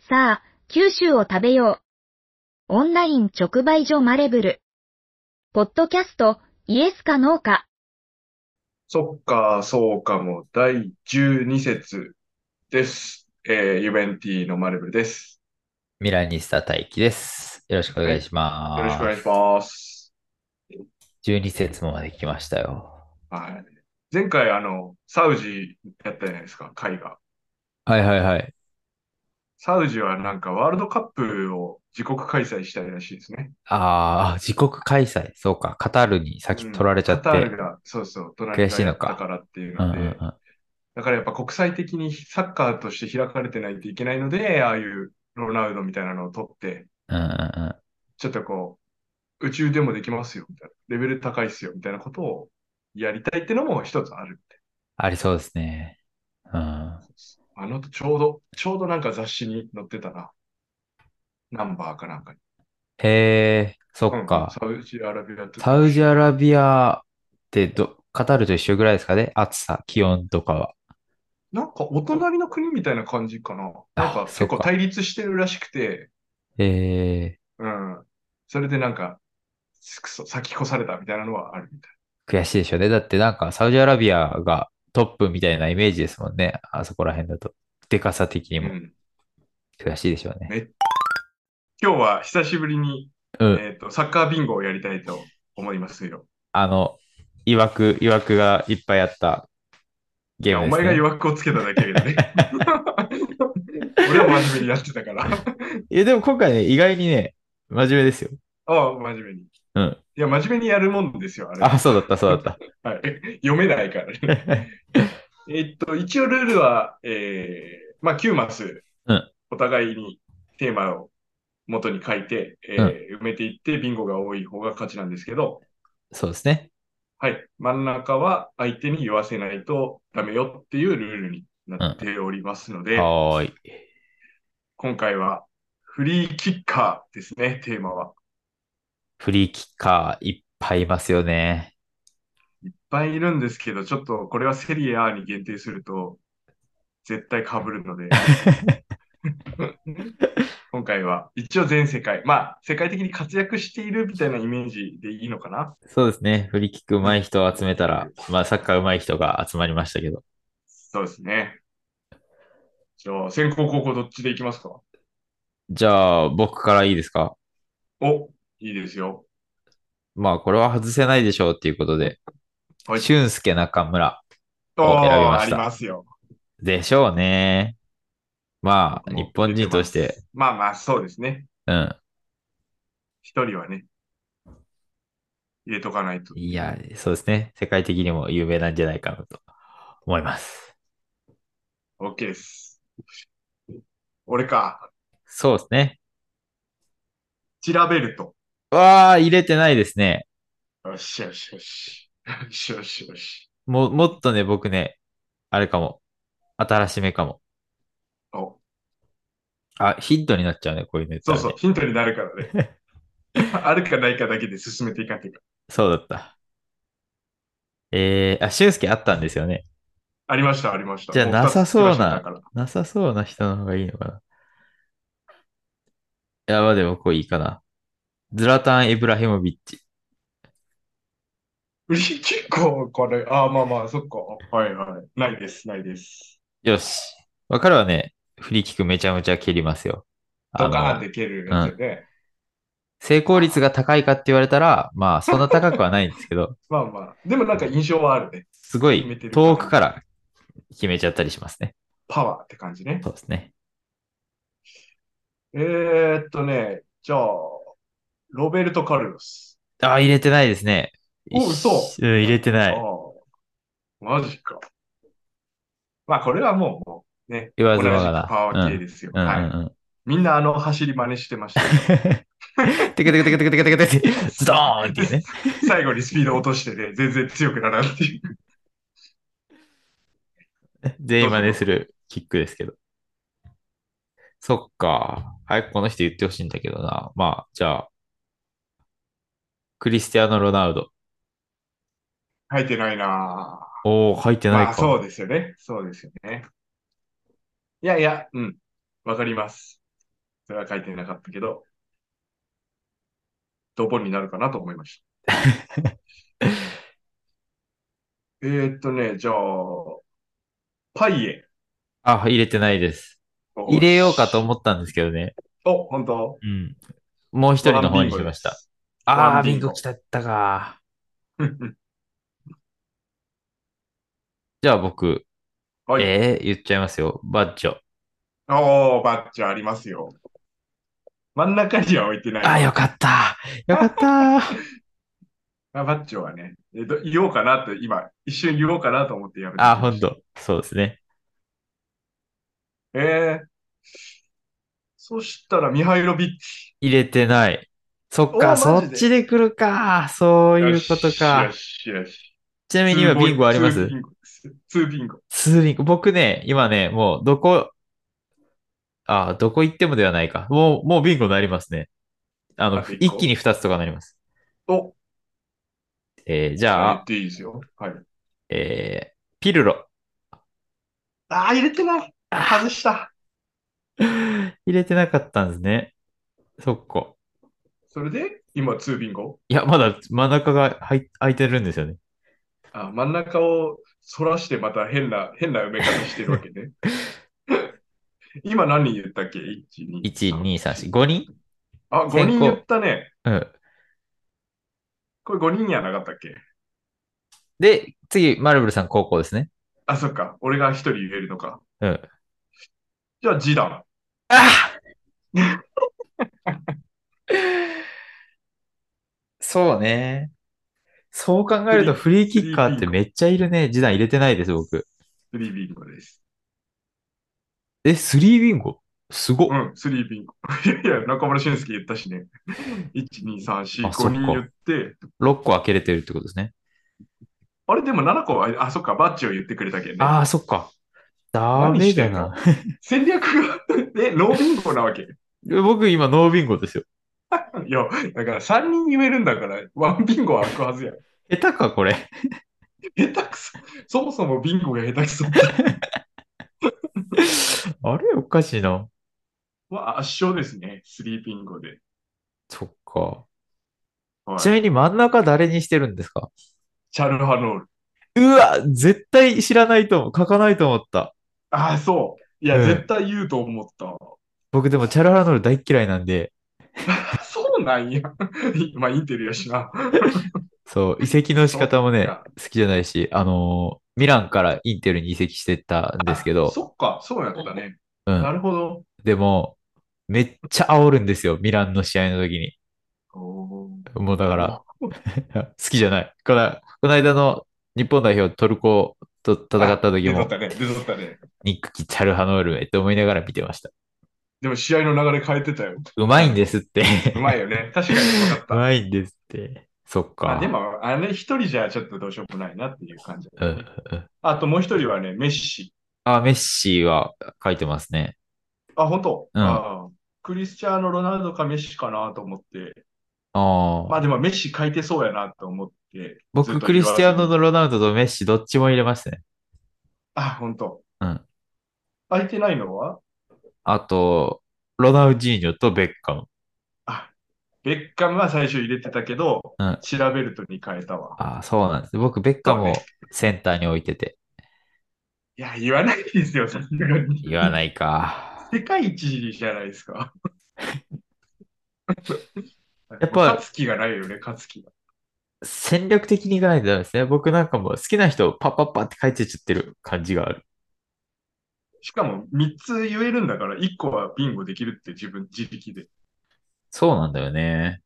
さあ、九州を食べよう。オンライン直売所マレブル。ポッドキャスト、イエスかノーか。 そっか、そうかも。第12節です。ユベンティのマルブルです。 ミラニスタ大輝です。よろしくおはい。 願いしよろしくお願いします。 ます。 12節もまで来ましたよ。 はい。前回、サウジやったじゃないですか、会が。 はいはいはい。 サウジはなんかワールドカップを自国開催したいらしいですね。 自国開催。そうか。カタールに先取られちゃカタールってが、そうそう、隣悔がやったかしいのか。 らっていううんうので、 んだからやっぱ国際的にサッカーとして開かれてないといけないので、ああいうロナウドみたいなのを取って、 うん。うんうんうん。 ちょっとこ宇宙でもできますよ、みたいな。レベル高いっすよ、みたいなことをやりたいってのも一つあるって。 ありそうですね。うん。 ちょうどなんか雑誌に載ってたな。ナンバーかなんかに。 へえ、そうんうん、 っか。 サウジアラビアとサウジ九州が。 アラビアってカタールと一緒ぐらいですかね、暑さ、気温とかは。 なんかお隣の国みたいな感じかな。なんあ、 か結構対そっか。 立してるらしくて、 えうん。それでなんか、先越されたみたいなのはあるみたい。 悔しいでしょうね。だってなんかサウジアラビアがトップみたいなイメージですもんね。あそこら辺だと。でかさ的にも。 うん。 悔しいでしょうね。 め、今日は久しぶりに、 うん。 サッカービンゴをやりたいと思いますよ。 あの、いわくがいっぱいあったゲーいや、お前が誘ムですね。 惑をつけただけだね。俺は真面目にやってたから。 でも今回ね、意外にね、真面目ですよ。 ああ、真面目に。いうん。 や、真面目にやるもんですよ、あれあ、 は。 そうだった、そうだった。 はい。読めないからね。一応ルールは、まあ、9マス、 うん、 お互いにテーマを元に書いて、 うん。 埋めていって、ビンゴが多い方が勝ちなんですけど、 そうですね。 はい。真ん中は相手に言わせないとダメよっていうルールになっうん。 ておりますので、 はーい。 今回はフリーキッカーですね、テーマは。 フリーキッカーいっぱいいますよね。 いっぱいいるんですけど、ちょっとこれはセリエ A に限定すると絶対被るので、今回は一応全世界、まあ世界的に活躍しているみたいなイメージでいいのかな。 そうですね。フリーキックうん。 上手い人をフリーキック集めたら、 です。 まあサッカー上手い人が集まりましたけど。 そうですね。じゃあ先攻後攻どっちでいきますか？ じゃあ、僕からいいですか？ お、いいですよ。 まあ、これは外せないでしょうっていうことで、 はい。 俊介中村おを選びー、ありました。 ますよ。 でしょうね。まあ、日僕も入れて本人として、 ます。まあまあ、そうですね。 うん。 一人はね、入れとかないとっていう。 いや、そうですね。世界的にも有名なんじゃないかなと思います。 OK です。俺か。 そうですね。 調べると。 わあ、入れてないですね。 よしよしよし。よしよしよし。 もっとね、僕ね、あれかも。新しめかも。 お、 あ、ヒントになっちゃうね、こういうの言ったそうそう、 らね。 ヒントになるからね。あるかないかだけで進めていかんというか。 そうだった。俊介あったんですよね。 ありました、ありました。 じゃあ、 もう二つ聞きました、だから。 なさそうな人の方がいいのかな。いや、まあでもこういいかな。ズラタン・イブラヒモビッチ。 結構、これ、ああ、まあまあ、そっか。はいはい。ないです、ないです。 よし。彼はね、フリーキックめちゃめちゃ蹴りますよ。 ドカーンって蹴るやうん。 つで、 成功率が高いかって言われたら、まあ、そんな高くはないんですけど、 まあまあ。でもなんか印象はあるね。 すごい決めてる感じ。 遠くから決めちゃったりしますね。 パワーって感じね。 そうですね。 じゃあ、ロベルト・カルロス。 入れてないですね。 お、嘘。 入れてない。 ああ、マジか。まあ、これはもうね、 言わ同ずもがな。 じくパワーうん。 系ですよ。 うんはい。 うんうん。 みんなあの走り真似してましたよ。 テケテケテケテケテケテケテケ、ズドーンってで、 いうね。 最後にスピード落としてね、全然強くならんっていう。 全員真どうぞどうぞ。 似するキックですけど。そっか。早くこの人言ってほしいんだけどな。まあ、じゃあ、クリスティアーノ・ロナウド。 書いてないなぁ。 おー、書いてないまあ、そうか。 ですよね。そうですよね。いやいや、うん。わかります。 それは書いてなかったけど、ドボンになるかなと思いました。じゃあ、パイエ。 あ、入れてないです。入おれようかと思し。 ったんですけどね。 お、本当うん。もう一人の方にワンビンゴしました。 です。ワあー、ビンンビンゴ。 ゴ来たったか。じゃあ僕、 はい。 言っちゃいますよ。バッジョ。 おー、バッジありますよ。真ん中には置いてないあ、 わ。 よかった。よかった。 バッジョはね、言おうかなって、今、一瞬言おうかなと思ってやめとあ、 きましほんと。そうですね。 た。そしたらミハイロビッチ。 入れてない。そっか、 おー、マそっジで。 ちで来るか。そうよいうことし、よか。 し、よし。 ちなみに今ビンゴありツます？ ービンゴです。ツービンゴ。 ツービンゴ。僕ね、今ね、もうどこ行ってもではないか。もうビンゴになりますね。 あと一一気に個。 二つとかなります。 お、 じゃあ、 じゃあ言っていいですよ。はい。 ピルロ。 あー、入れてない。外した。 入れてなかったんですね。そっか。 それで、今、ツービンゴ。 いや、まだ真ん中が空いてるんですよね。 あ、真ん中を反らしてまた変な埋め方してるわけね。今何人言ったっけ？ 1、2、 1、 3、 2、3、4、 4。 5人あ、5人言っ先行。 たね。 うん。 これ5人やなかったっけ？ で、次、マルブルさん高校ですね。 あ、そっか。俺が一人言えるのか。 うん。 じゃあ、ジダン。 あそうね。そう考えるとフリーキスッカーっリービンゴ。 てめっちゃいるね。時短入れてないです、僕。 スリービンゴです。 スリービンゴすごっ。 うん、スリービンゴ。いやいや、中村俊輔言ったしね。1、2、3、 あ、 4、5人言っそっか。 て、 6個開けれてるってことですね。 あれでも7個は、あ、そっか、バッジを言ってくれたけんね。 ああ、そっか。ダ何メだな。 してんの？戦略がノービンゴなわけ。 僕今ノービンゴですよ。 いや、だから3人言えるんだから、ワンビンゴは開くはずや。 下手か、これ。 下手くそ。そもそもビンゴが下手くそって。 あれおかしいな。 まあ、圧勝ですね。スリービンゴで。 そっか。ちはい。 なみに真ん中誰にしてるんですか？ チャルハノール。 うわ、絶対知らないと思う。書かないと思った。 ああ、そう。いや、絶うん。 対言うと思った。 僕でもチャルハノール大っ嫌いなんで、 そうなんや。まあ、インテルやしな。 そう、移籍の仕そ方もね、 っか。 好きじゃないし、ミランからインテルに移籍してたんですけあ、 ど、 そっか。そうやったね。なうん。 るほど。 でも、めっちゃ煽るんですよ、ミランの試合の時に。 おー、 もうだから、 おー。 好きじゃない。この間の日本代表トルコと戦っあ、 た時も、 出とったね。出とったね。 ニックキチャルハノールめって思いながら見てました。 でも試合の流れ変えてたよ。 うまいんでちゃんと。 すって。 うまいよね。確かにうまかっうた。 まいんですって。そっまあでか。 も、あれ一人じゃちょっとどうしようもないなっていう感じだうんよね。あともう一人はね、メッシ。 あ、メッシは書いてますね。 あ、本当。 うん。あクリスチャーノ・ロナウドかメッシかなと思って。まあであ。 もメッシ書いてそうやなと思って、ずっ僕、 とクリスティアーノと言わずに。 ロナウドとメッシどっちも入れますね。 あ、本当。 うん。 空いてないのは？ あと、ロナウジーニョとベッカム。 あ、ベッカムは最初入れてたけど、 うん。 調べるとに変えたわ。 ああ、そうなんです。僕、ベッカそうね。 ムをセンターに置いてて。 いや、言わないですよ、さすがに。 言わないか。 世界一じゃないですか。 やっぱ、 勝つ気がないよね、勝つ気が。 戦略的にいかないとダメですね。僕なんかもう好きな人をパッパッパって書いてっちゃってる感じがある。 しかも3つ言えるんだから1個はビンゴできるって自力で。 そうなんだよね。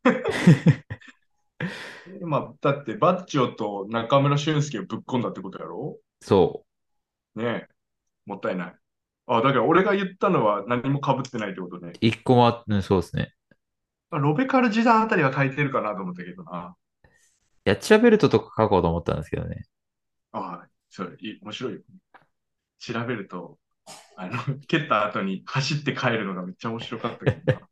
まあ、だってバッジョと中村俊輔をぶっ込んだってことやろ？ そねえ、もったいない。あ、だから俺が言ったのは何も被ってないってことね。 う。一個もうんそうですね。 まあロベカル時代あたりは書いてるかなと思ったけどな。 ヤッチャベルトとか書こうと思ったんですけどね。 ああ、面白いよ。調べると、蹴った後に走って帰るのがめっちゃ面白かったけどな。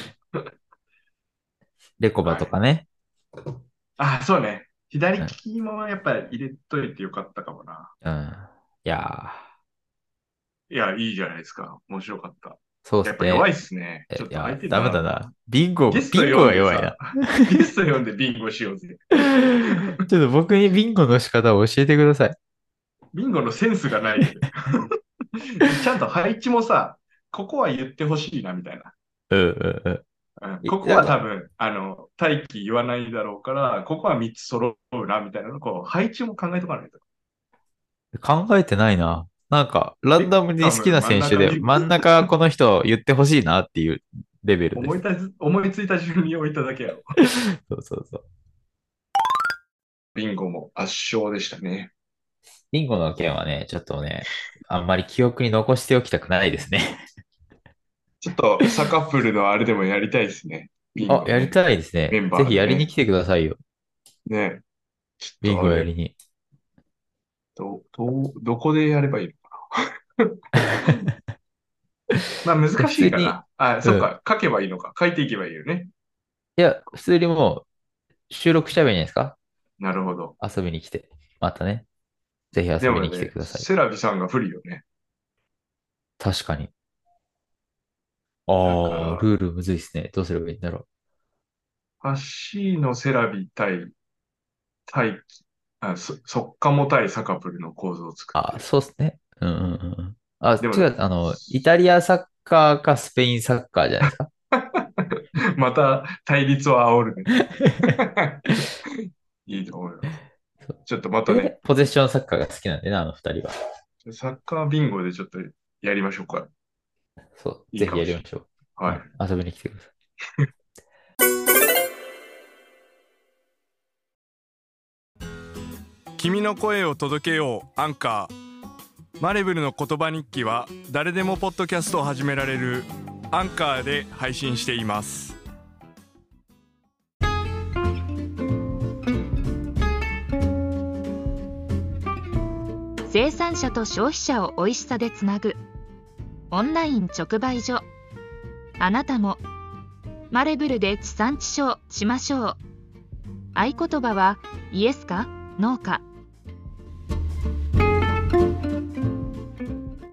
レコバはい。 とかね。 あ、そうね。左利うん。 きもやっぱり入れといてよかったかもな。 うん。いやー、 いや、いいじゃないですか。面白かった。 そうですね。 やっぱ弱いっすね。ちょっいや、 と相手にダメだならんわ。 な。ビンゴゲストが呼んで弱いな。 さ、ゲスト呼んでビンゴしようぜ。 ちょっと僕にビンゴの仕方を教えてください。 ビンゴのセンスがないよね。ちゃんと配置もさ、ここは言ってほしいな、みたいな。 うんうんうん。 ここは多分、待機言わないだろうから、ここは3つ揃うな、みたいなの、こう、配置も考えとかないと。 考えてないな。なんか、ランダムに多好きな分真ん選手で、 中に真ん中この人言ってほしいなっていうレベルです。 思いついた順に置いただけやろ。 そうそうそう。 ビンゴも圧勝でしたね。 ビンゴの件はね、ちょっとね、あんまり記憶に残しておきたくないですね。 ちょっと、サカプルのあれでもやりたいですね。ビンあ、 ゴね。 やりたいですね。 メンぜバーでね。 ひやりに来てくださいよ。 ね。ちビンょっとあれ、 ゴやりに。 どこでやればいいのかな。まあ難普通に、 しいかな。あ、 うん。 そっか。書けばいいのか。書いていけばいいよね。 いや、普通にもう収録しちゃえばいいんじゃないですか？ なるほど。 遊びに来て。またね。ぜひ遊びに来てでもね、 ください。 セラビさんが不利よね。 確かに。 だかああ、 ら、 ルールむずいっすね。どうすればいいんだろう。 ハッシーのセラビ対、ソッカモ対サカプルの構造を作ってあ、 る。 そうっすね。うんうんうんうん。あ、 でも、 違う、イタリアサッカーかスペインサッカーじゃないですか。 また対立を煽るね。いいと思います。ちょっとまたね、 ポゼッションサッカーが好きなんでね、あの二人は。 サッカービンゴでちょっとやりましょうか。 そう、ぜいいかもしれひやりましょう。 ない。はい。 はい。遊びに来てください。 君の声を届けようアンカー。マレブルの言葉日記は誰でもポッドキャストを始められるアンカーで配信しています。 生産者と消費者を美味しさでつなぐオンライン直売所。あなたもマレブルで地産地消しましょう。合言葉はイエスかノーか。